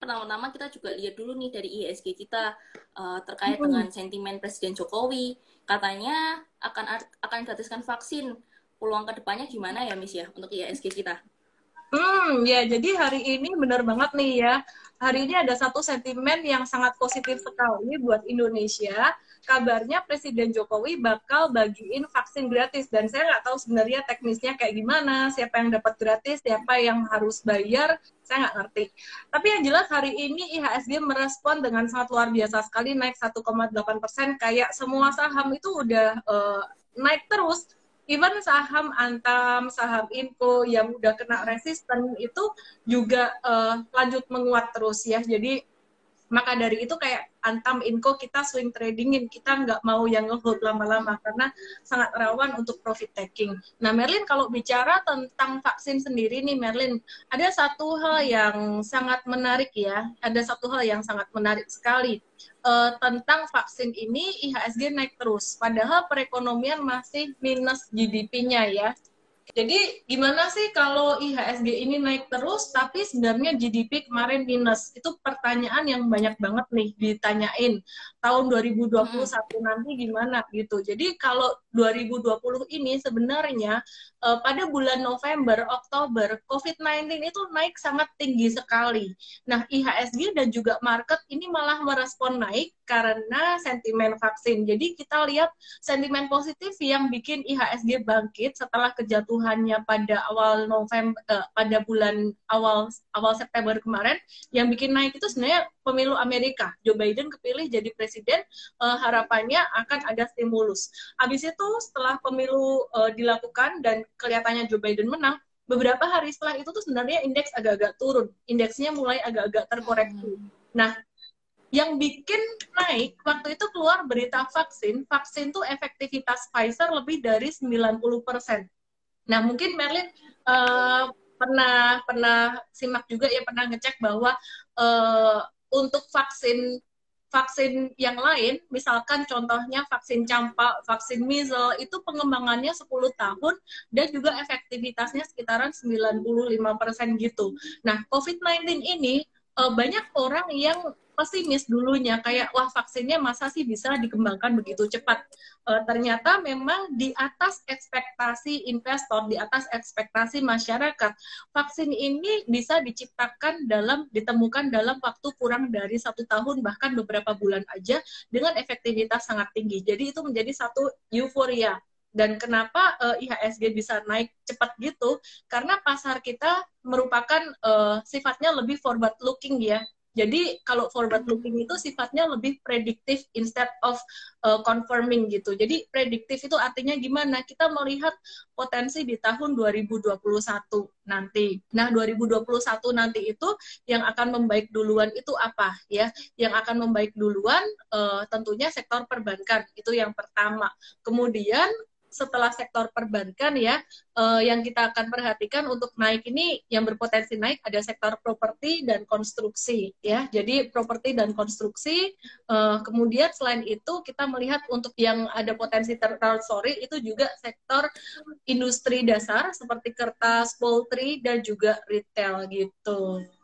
pertama-tama kita juga lihat dulu nih dari IHSG kita terkait Mm-mm. dengan sentimen Presiden Jokowi. Katanya akan gratiskan vaksin. Peluang kedepannya gimana ya, Miss ya, untuk IHSG kita? Ya, jadi hari ini benar banget nih ya. Hari ini ada satu sentimen yang sangat positif sekali buat Indonesia. Kabarnya Presiden Jokowi bakal bagiin vaksin gratis. Dan saya nggak tahu sebenarnya teknisnya kayak gimana, siapa yang dapat gratis, siapa yang harus bayar, saya nggak ngerti. Tapi yang jelas hari ini IHSG merespon dengan sangat luar biasa sekali, naik 1,8%. Kayak semua saham itu udah naik terus. Even saham Antam, saham Info yang udah kena resisten itu juga lanjut menguat terus ya. Jadi maka dari itu kayak Antam, Inco kita swing tradingin, kita nggak mau yang ngehold lama-lama karena sangat rawan untuk profit taking. Nah Merlin, kalau bicara tentang vaksin sendiri nih Merlin, ada satu hal yang sangat menarik ya, ada satu hal yang sangat menarik sekali. Tentang vaksin ini IHSG naik terus, padahal perekonomian masih minus GDP-nya ya. Jadi gimana sih kalau IHSG ini naik terus, tapi sebenarnya GDP kemarin minus? Itu pertanyaan yang banyak banget nih ditanyain. Tahun 2021 nanti gimana gitu. Jadi kalau 2020 ini sebenarnya pada bulan November, Oktober, COVID-19 itu naik sangat tinggi sekali. Nah, IHSG dan juga market ini malah merespon naik karena sentimen vaksin. Jadi kita lihat sentimen positif yang bikin IHSG bangkit setelah kejatuhannya pada awal November, pada bulan awal awal September kemarin, yang bikin naik itu sebenarnya pemilu Amerika. Joe Biden kepilih jadi presiden, harapannya akan ada stimulus. Habis itu setelah pemilu dilakukan dan kelihatannya Joe Biden menang, beberapa hari setelah itu tuh sebenarnya indeks agak-agak turun, indeksnya mulai agak-agak terkoreksi. Nah, yang bikin naik, waktu itu keluar berita vaksin tuh efektivitas Pfizer lebih dari 90%. Nah, mungkin Merlin pernah simak juga ya, pernah ngecek bahwa untuk vaksin vaksin yang lain, misalkan contohnya vaksin campak, vaksin measles, itu pengembangannya 10 tahun dan juga efektivitasnya sekitaran 95% gitu. Nah, COVID-19 ini banyak orang yang pesimis dulunya, kayak wah vaksinnya masa sih bisa dikembangkan begitu cepat. Ternyata memang di atas ekspektasi investor, di atas ekspektasi masyarakat, vaksin ini bisa ditemukan dalam waktu kurang dari 1 tahun, bahkan beberapa bulan aja, dengan efektivitas sangat tinggi. Jadi itu menjadi satu euforia. Dan kenapa IHSG bisa naik cepat gitu? Karena pasar kita merupakan sifatnya lebih forward looking ya. Jadi kalau forward looking itu sifatnya lebih prediktif instead of confirming gitu. Jadi prediktif itu artinya gimana? Kita melihat potensi di tahun 2021 nanti. Nah, 2021 nanti itu yang akan membaik duluan itu apa ya? Yang akan membaik duluan tentunya sektor perbankan. Itu yang pertama. Kemudian setelah sektor perbankan ya, yang kita akan perhatikan untuk naik ini, yang berpotensi naik ada sektor properti dan konstruksi ya. Jadi properti dan konstruksi, kemudian selain itu kita melihat untuk yang ada potensi sorry itu juga sektor industri dasar seperti kertas, poultry dan juga retail gitu.